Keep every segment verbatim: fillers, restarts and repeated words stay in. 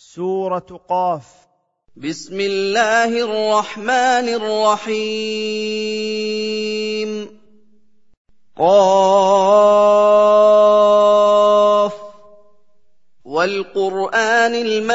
سورة قاف. بسم الله الرحمن الرحيم. قاف والقرآن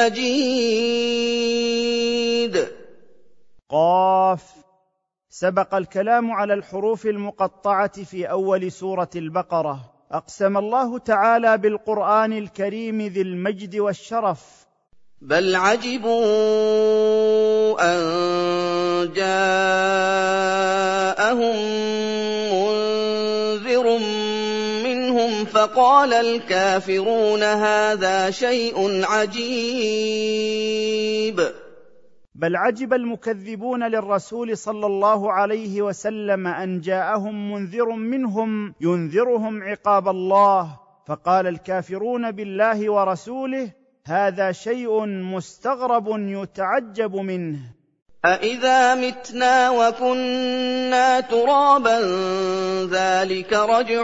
المجيد. قاف. سبق الكلام على الحروف المقطعة في أول سورة البقرة. أقسم الله تعالى بالقرآن الكريم ذي المجد والشرف. بل عجبوا أن جاءهم منذر منهم فقال الكافرون هذا شيء عجيب. بل عجب المكذبون للرسول صلى الله عليه وسلم أن جاءهم منذر منهم ينذرهم عقاب الله، فقال الكافرون بالله ورسوله هذا شيء مستغرب يتعجب منه. أإذا متنا وكنا ترابا ذلك رجع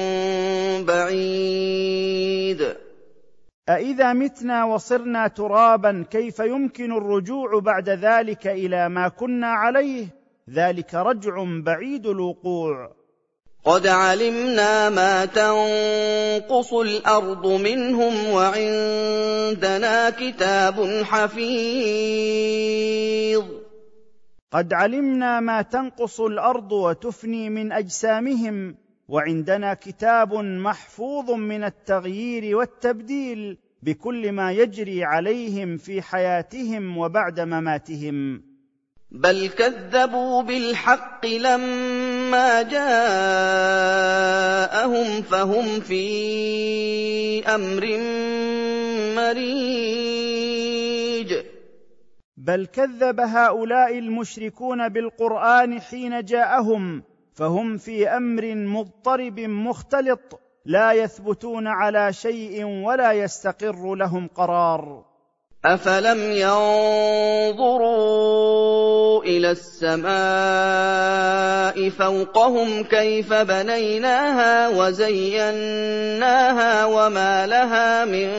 بعيد. أإذا متنا وصرنا ترابا كيف يمكن الرجوع بعد ذلك إلى ما كنا عليه؟ ذلك رجع بعيد الوقوع. قد علمنا ما تنقص الأرض منهم وعندنا كتاب حفيظ. قد علمنا ما تنقص الأرض وتفني من أجسامهم، وعندنا كتاب محفوظ من التغيير والتبديل بكل ما يجري عليهم في حياتهم وبعد مماتهم. بل كذبوا بالحق لما جاءهم فهم في أمر مريج. بل كذب هؤلاء المشركون بالقرآن حين جاءهم فهم في أمر مضطرب مختلط، لا يثبتون على شيء ولا يستقر لهم قرار. أفلم ينظروا إلى السماء فوقهم كيف بنيناها وزيناها وما لها من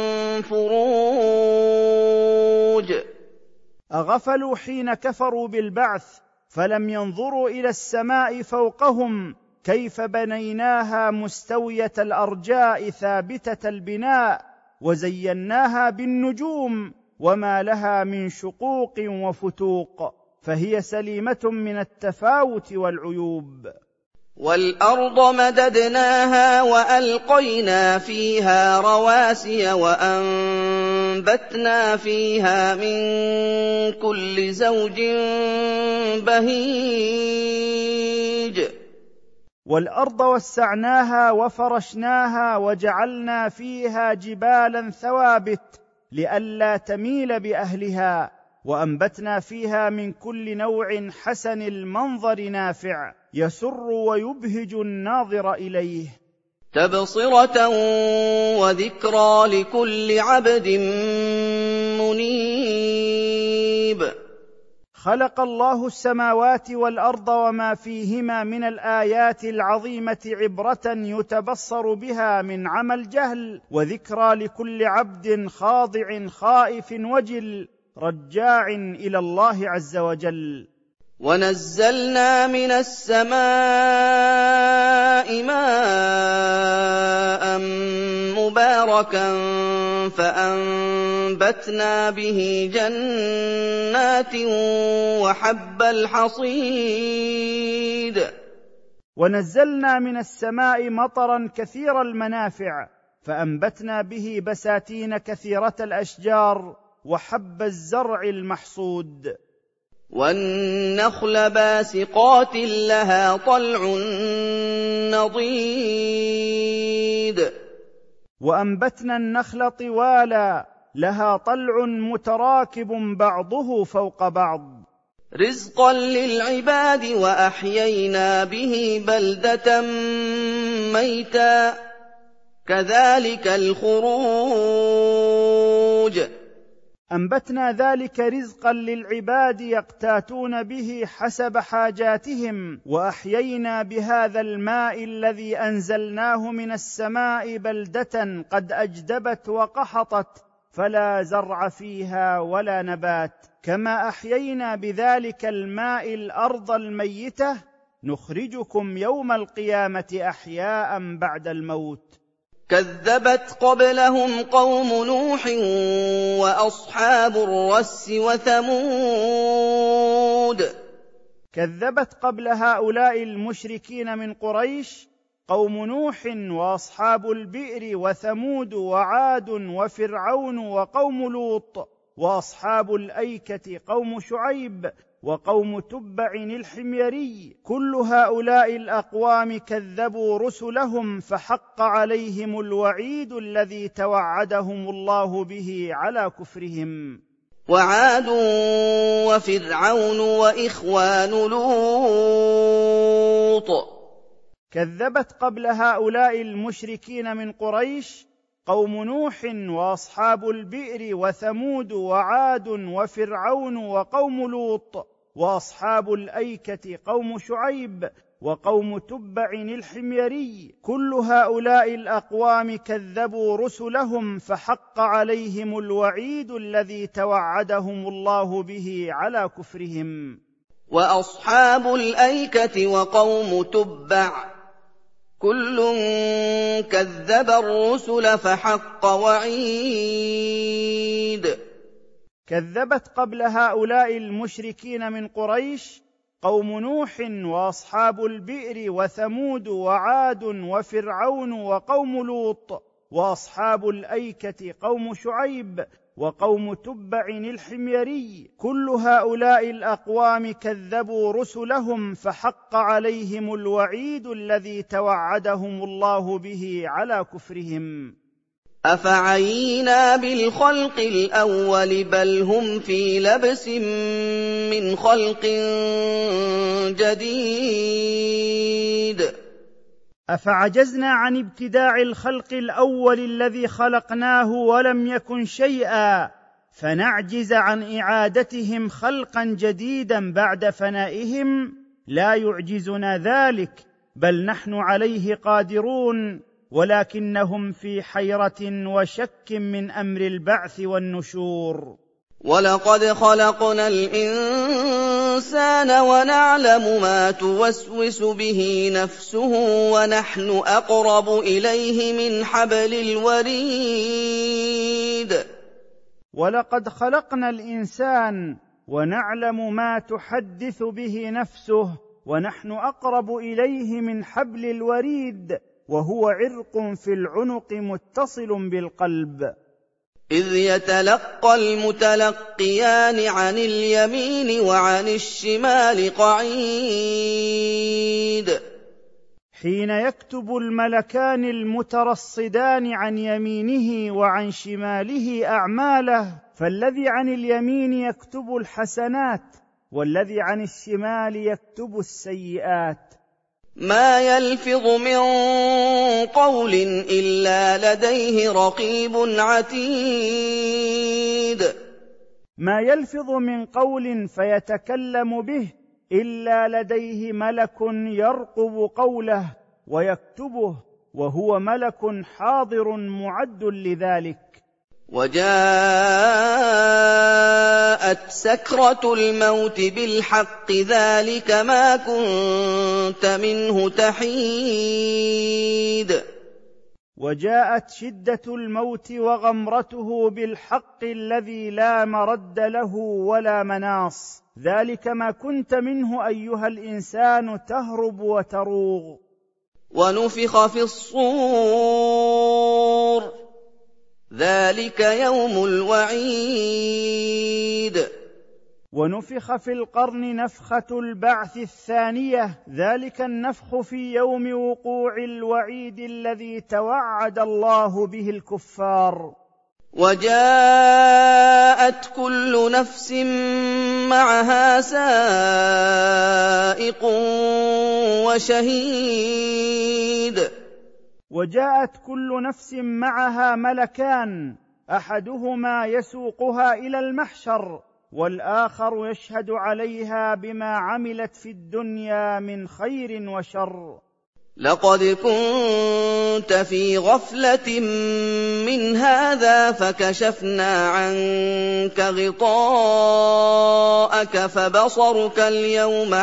فروج. أغفلوا حين كفروا بالبعث فلم ينظروا إلى السماء فوقهم كيف بنيناها مستوية الأرجاء ثابتة البناء وزيناها بالنجوم وما لها من شقوق وفتوق، فهي سليمة من التفاوت والعيوب. والأرض مددناها وألقينا فيها رواسي وأنبتنا فيها من كل زوج بهيج. والأرض وسعناها وفرشناها وجعلنا فيها جبالا ثوابت لئلا تميل بأهلها، وأنبتنا فيها من كل نوع حسن المنظر نافع يسر ويبهج الناظر إليه. تبصرة وذكرى لكل عبد منيب. خلق الله السماوات والأرض وما فيهما من الآيات العظيمة عبرة يتبصر بها من عمى الجهل، وذكرى لكل عبد خاضع خائف وجل رجاع إلى الله عز وجل. ونزلنا من السماء ماء مباركا فأنبتنا به جنات وحب الحصيد. ونزلنا من السماء مطرا كثير المنافع فأنبتنا به بساتين كثيرة الأشجار وحب الزرع المحصود. والنخل باسقات لها طلع نضيد. وأنبتنا النخل طوالا لها طلع متراكب بعضه فوق بعض. رزقا للعباد وأحيينا به بلدة ميتا كذلك الخروج. أنبتنا ذلك رزقا للعباد يقتاتون به حسب حاجاتهم، وأحيينا بهذا الماء الذي أنزلناه من السماء بلدة قد أجدبت وقحطت فلا زرع فيها ولا نبات. كما أحيينا بذلك الماء الأرض الميتة نخرجكم يوم القيامة أحياء بعد الموت. كذبت قبلهم قوم نوح وأصحاب الرس وثمود. كذبت قبل هؤلاء المشركين من قريش قوم نوح وأصحاب البئر وثمود وعاد وفرعون وقوم لوط وأصحاب الأيكة قوم شعيب وقوم تبع الحميري. كل هؤلاء الأقوام كذبوا رسلهم فحق عليهم الوعيد الذي توعدهم الله به على كفرهم. وعاد وفرعون وإخوان لوط. كذبت قبل هؤلاء المشركين من قريش قوم نوح وأصحاب البئر وثمود وعاد وفرعون وقوم لوط وأصحاب الأيكة قوم شعيب وقوم تبع الحميري. كل هؤلاء الأقوام كذبوا رسلهم فحق عليهم الوعيد الذي توعدهم الله به على كفرهم. وأصحاب الأيكة وقوم تبع كل كذب الرسل فحق وعيد. كذبت قبل هؤلاء المشركين من قريش قوم نوح وأصحاب البئر وثمود وعاد وفرعون وقوم لوط وأصحاب الأيكة قوم شعيب وقوم تبع الحميري. كل هؤلاء الأقوام كذبوا رسلهم فحق عليهم الوعيد الذي توعدهم الله به على كفرهم. أفعينا بالخلق الأول بل هم في لبس من خلق جديد. أفعجزنا عن ابتداع الخلق الأول الذي خلقناه ولم يكن شيئا فنعجز عن إعادتهم خلقا جديدا بعد فنائهم؟ لا يعجزنا ذلك، بل نحن عليه قادرون، ولكنهم في حيرة وشك من أمر البعث والنشور. ولقد خلقنا الإنسان ونعلم ما توسوس به نفسه ونحن أقرب إليه من حبل الوريد. ولقد خلقنا الإنسان ونعلم ما تحدث به نفسه ونحن أقرب إليه من حبل الوريد، وهو عرق في العنق متصل بالقلب. إذ يتلقى المتلقيان عن اليمين وعن الشمال قعيد. حين يكتب الملكان المترصدان عن يمينه وعن شماله أعماله، فالذي عن اليمين يكتب الحسنات والذي عن الشمال يكتب السيئات. ما يلفظ من قول إلا لديه رقيب عتيد. ما يلفظ من قول فيتكلم به إلا لديه ملك يرقب قوله ويكتبه، وهو ملك حاضر معد لذلك. وجاءت سكرة الموت بالحق ذلك ما كنت منه تحيد. وجاءت شدة الموت وغمرته بالحق الذي لا مرد له ولا مناص، ذلك ما كنت منه أيها الإنسان تهرب وتروغ. ونفخ في الصور ذلك يوم الوعيد. ونفخ في القرن نفخة البعث الثانية، ذلك النفخ في يوم وقوع الوعيد الذي توعد الله به الكفار. وجاءت كل نفس معها سائق وشهيد. وجاءت كل نفس معها ملكان، أحدهما يسوقها إلى المحشر والآخر يشهد عليها بما عملت في الدنيا من خير وشر. لقد كنت في غفلة من هذا فكشفنا عنك غطاءك فبصرك اليوم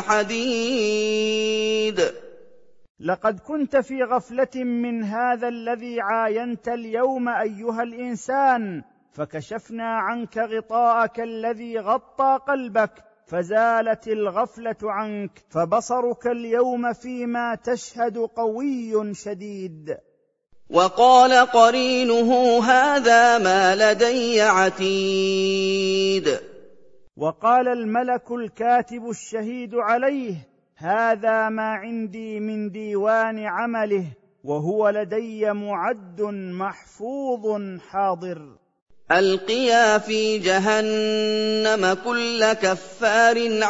حديد. لقد كنت في غفلة من هذا الذي عاينت اليوم أيها الإنسان، فكشفنا عنك غطاءك الذي غطى قلبك فزالت الغفلة عنك، فبصرك اليوم فيما تشهد قوي شديد. وقال قرينه هذا ما لدي عتيد. وقال الملك الكاتب الشهيد عليه هذا ما عندي من ديوان عمله وهو لدي معد محفوظ حاضر. ألقيا في جهنم كل كفار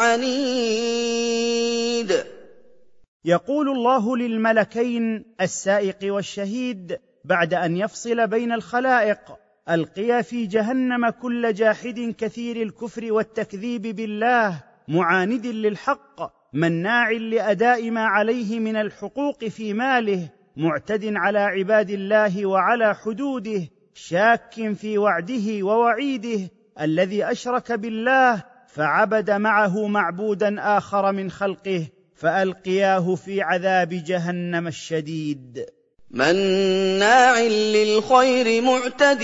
عنيد. يقول الله للملكين السائق والشهيد بعد أن يفصل بين الخلائق: ألقيا في جهنم كل جاحد كثير الكفر والتكذيب بالله معاند للحق مناع لأداء ما عليه من الحقوق في ماله معتد على عباد الله وعلى حدوده شاك في وعده ووعيده الذي أشرك بالله فعبد معه معبودا آخر من خلقه فألقياه في عذاب جهنم الشديد. مناع للخير معتد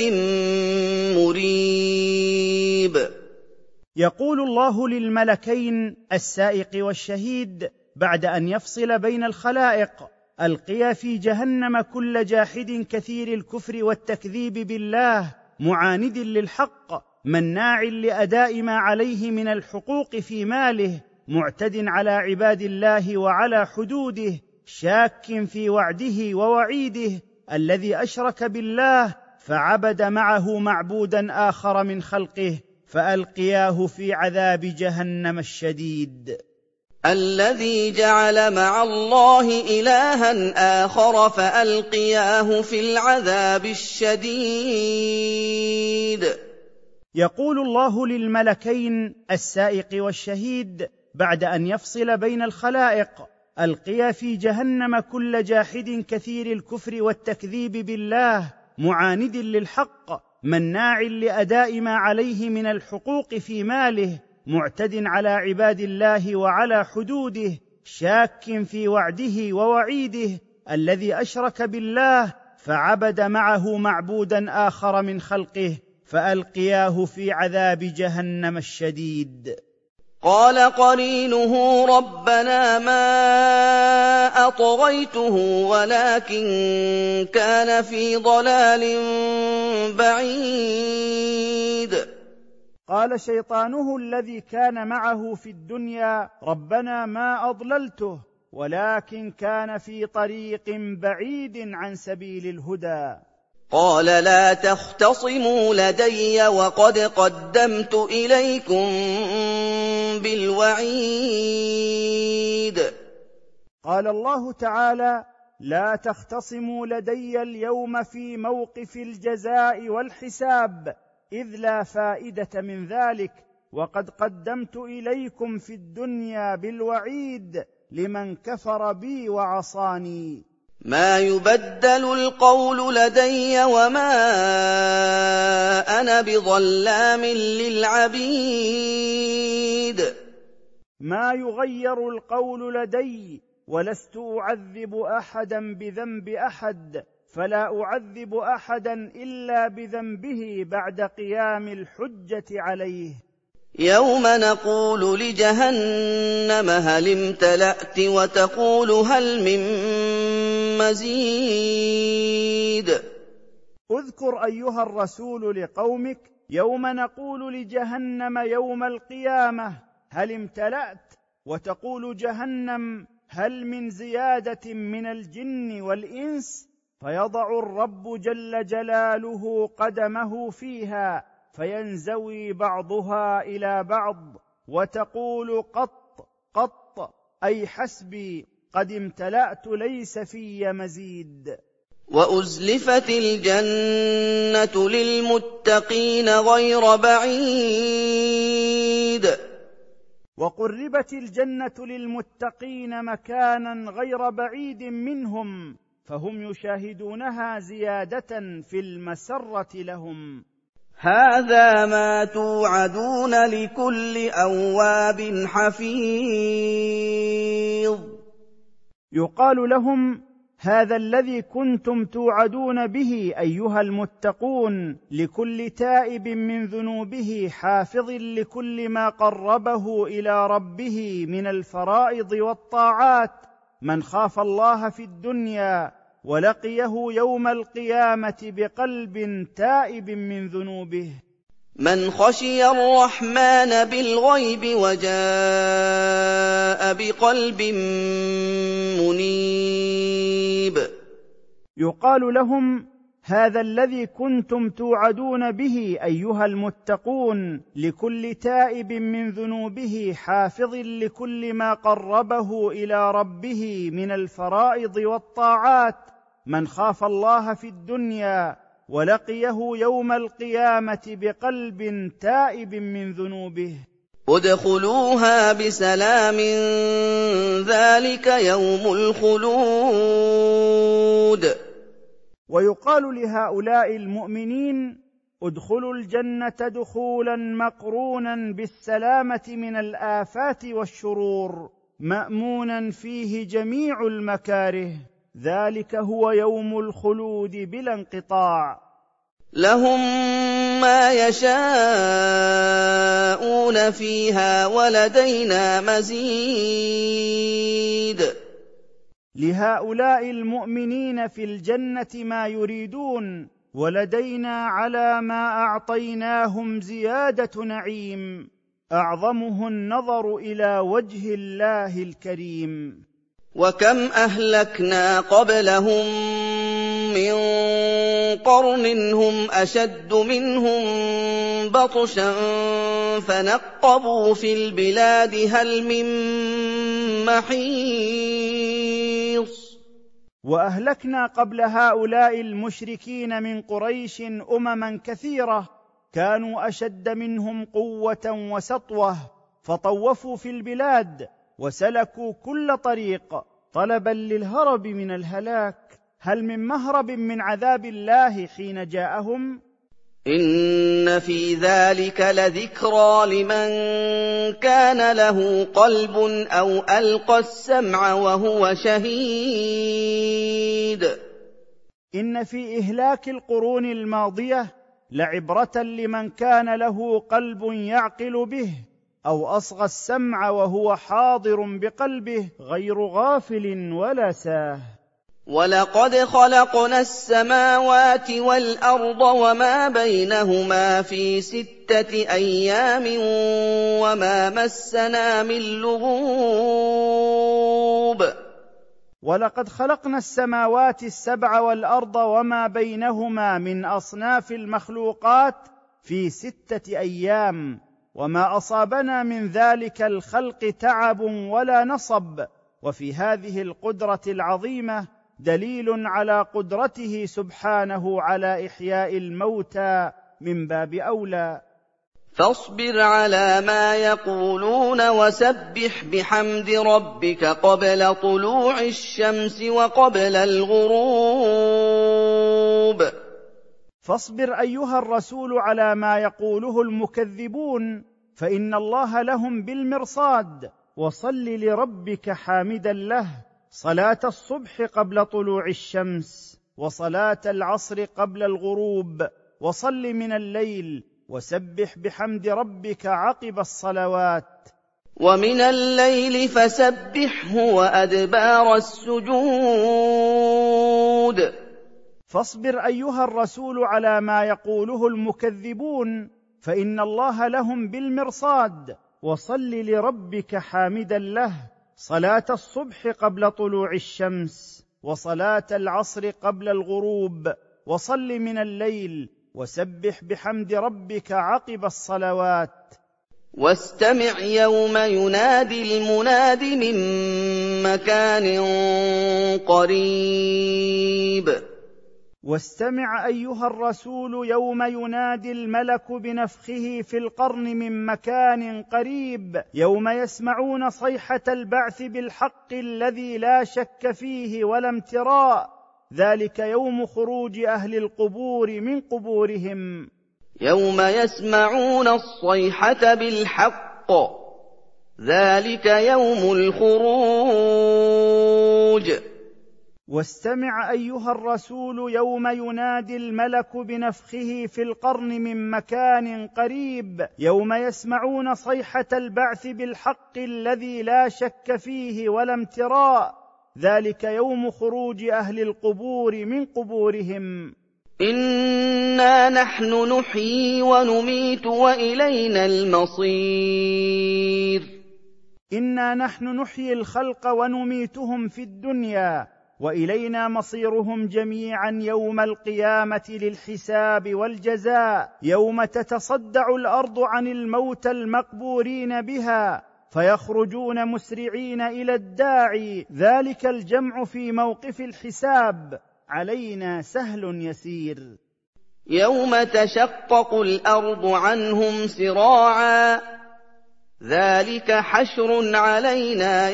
مريب. يقول الله للملكين السائق والشهيد بعد أن يفصل بين الخلائق: ألقيا في جهنم كل جاحد كثير الكفر والتكذيب بالله معاند للحق مناع لأداء ما عليه من الحقوق في ماله معتد على عباد الله وعلى حدوده شاك في وعده ووعيده الذي أشرك بالله فعبد معه معبودا آخر من خلقه فألقياه في عذاب جهنم الشديد. الذي جعل مع الله إلها آخر فألقياه في العذاب الشديد. يقول الله للملكين السائق والشهيد بعد أن يفصل بين الخلائق: ألقيا في جهنم كل جاحد كثير الكفر والتكذيب بالله معاند للحق مناع لأداء ما عليه من الحقوق في ماله معتد على عباد الله وعلى حدوده شاك في وعده ووعيده الذي أشرك بالله فعبد معه معبودا آخر من خلقه فألقياه في عذاب جهنم الشديد. قال قرينه ربنا ما أطغيته ولكن كان في ضلال بعيد. قال شيطانه الذي كان معه في الدنيا ربنا ما أضللته ولكن كان في طريق بعيد عن سبيل الهدى. قال لا تختصموا لدي وقد قدمت إليكم بالوعيد. قال الله تعالى لا تختصموا لدي اليوم في موقف الجزاء والحساب إذ لا فائدة من ذلك وقد قدمت إليكم في الدنيا بالوعيد لمن كفر بي وعصاني. ما يبدل القول لدي وما أنا بظلام للعبيد. ما يغير القول لدي ولست أعذب أحدا بذنب أحد فلا أعذب أحدا إلا بذنبه بعد قيام الحجة عليه. يوم نقول لجهنم هل امتلأت وتقول هل من مزيد. اذكر أيها الرسول لقومك يوم نقول لجهنم يوم القيامة هل امتلأت وتقول جهنم هل من زيادة من الجن والإنس فيضع الرب جل جلاله قدمه فيها فينزوي بعضها إلى بعض وتقول قط قط أي حسبي قد امتلأت ليس في مزيد. وأزلفت الجنة للمتقين غير بعيد. وقربت الجنة للمتقين مكانا غير بعيد منهم، فهم يشاهدونها زيادة في المسرة لهم. هذا ما توعدون لكل أواب حفيظ. يقال لهم: هذا الذي كنتم توعدون به أيها المتقون، لكل تائب من ذنوبه حافظ لكل ما قربه إلى ربه من الفرائض والطاعات، من خاف الله في الدنيا ولقيه يوم القيامة بقلب تائب من ذنوبه. من خشي الرحمن بالغيب وجاء بقلب منيب. يقال لهم: هذا الذي كنتم توعدون به أيها المتقون، لكل تائب من ذنوبه حافظ لكل ما قربه إلى ربه من الفرائض والطاعات، من خاف الله في الدنيا ولقيه يوم القيامة بقلب تائب من ذنوبه. ادخلوها بسلام ذلك يوم الخلود. ويقال لهؤلاء المؤمنين: ادخلوا الجنة دخولا مقرونا بالسلامة من الآفات والشرور، مأمونا فيه جميع المكاره، ذلك هو يوم الخلود بلا انقطاع. لهم ما يشاءون فيها ولدينا مزيد. لهؤلاء المؤمنين في الجنة ما يريدون، ولدينا على ما أعطيناهم زيادة نعيم، أعظمه النظر إلى وجه الله الكريم. وكم أهلكنا قبلهم من قرن هم أشد منهم بطشا فنقبوا في البلاد هل من محيص. وأهلكنا قبل هؤلاء المشركين من قريش أمما كثيرة كانوا أشد منهم قوة وسطوة، فطوفوا في البلاد وسلكوا كل طريق طلبا للهرب من الهلاك، هل من مهرب من عذاب الله حين جاءهم؟ إن في ذلك لذكرى لمن كان له قلب أو ألقى السمع وهو شهيد. إن في إهلاك القرون الماضية لعبرة لمن كان له قلب يعقل به، أو أصغى السمع وهو حاضر بقلبه غير غافل ولا ساه. ولقد خلقنا السماوات والأرض وما بينهما في ستة أيام وما مسنا من لغوب. ولقد خلقنا السماوات السبع والأرض وما بينهما من أصناف المخلوقات في ستة أيام، وما أصابنا من ذلك الخلق تعب ولا نصب. وفي هذه القدرة العظيمة دليل على قدرته سبحانه على إحياء الموتى من باب أولى. فاصبر على ما يقولون وسبح بحمد ربك قبل طلوع الشمس وقبل الغروب. فاصبر أيها الرسول على ما يقوله المكذبون، فإن الله لهم بالمرصاد، وصل لربك حامدا له صلاة الصبح قبل طلوع الشمس، وصلاة العصر قبل الغروب، وصل من الليل، وسبح بحمد ربك عقب الصلوات. ومن الليل فسبحه وأدبار السجود. فاصبر أيها الرسول على ما يقوله المكذبون، فإن الله لهم بالمرصاد، وصل لربك حامدا له صلاة الصبح قبل طلوع الشمس، وصلاة العصر قبل الغروب، وصل من الليل، وسبح بحمد ربك عقب الصلوات. واستمع يوم ينادي المناد من مكان قريب. واستمع أيها الرسول يوم ينادي الملك بنفخه في القرن من مكان قريب، يوم يسمعون صيحة البعث بالحق الذي لا شك فيه ولا امتراء، ذلك يوم خروج أهل القبور من قبورهم. يوم يسمعون الصيحة بالحق ذلك يوم الخروج. واستمع أيها الرسول يوم ينادي الملك بنفخه في القرن من مكان قريب، يوم يسمعون صيحة البعث بالحق الذي لا شك فيه ولا امتراء، ذلك يوم خروج أهل القبور من قبورهم. إنا نحن نحيي ونميت وإلينا المصير. إنا نحن نحيي الخلق ونميتهم في الدنيا، وإلينا مصيرهم جميعا يوم القيامة للحساب والجزاء، يوم تتصدع الأرض عن الموتى المقبورين بها فيخرجون مسرعين إلى الداعي، ذلك الجمع في موقف الحساب علينا سهل يسير. يوم تشقق الأرض عنهم سراعا ذلك حشر علينا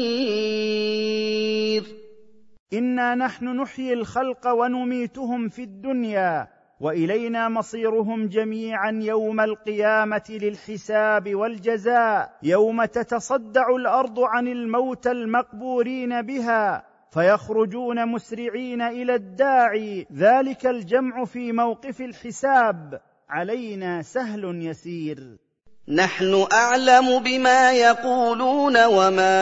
يسير. إنا نحن نحيي الخلق ونميتهم في الدنيا، وإلينا مصيرهم جميعا يوم القيامة للحساب والجزاء، يوم تتصدع الأرض عن الموتى المقبورين بها فيخرجون مسرعين إلى الداعي، ذلك الجمع في موقف الحساب علينا سهل يسير. نحن أعلم بما يقولون وما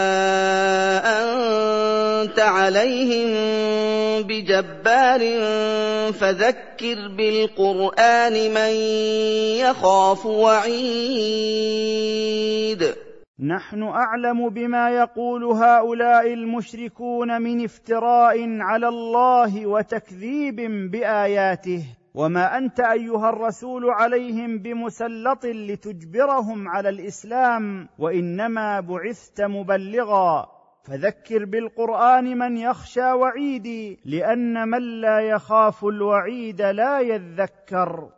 أنت عليهم بجبار فذكر بالقرآن من يخاف وعيد. نحن أعلم بما يقول هؤلاء المشركون من افتراء على الله وتكذيب بآياته، وما أنت أيها الرسول عليهم بمسلط لتجبرهم على الإسلام، وإنما بعثت مبلغا، فذكر بالقرآن من يخشى وعيدي، لأن من لا يخاف الوعيد لا يذكر.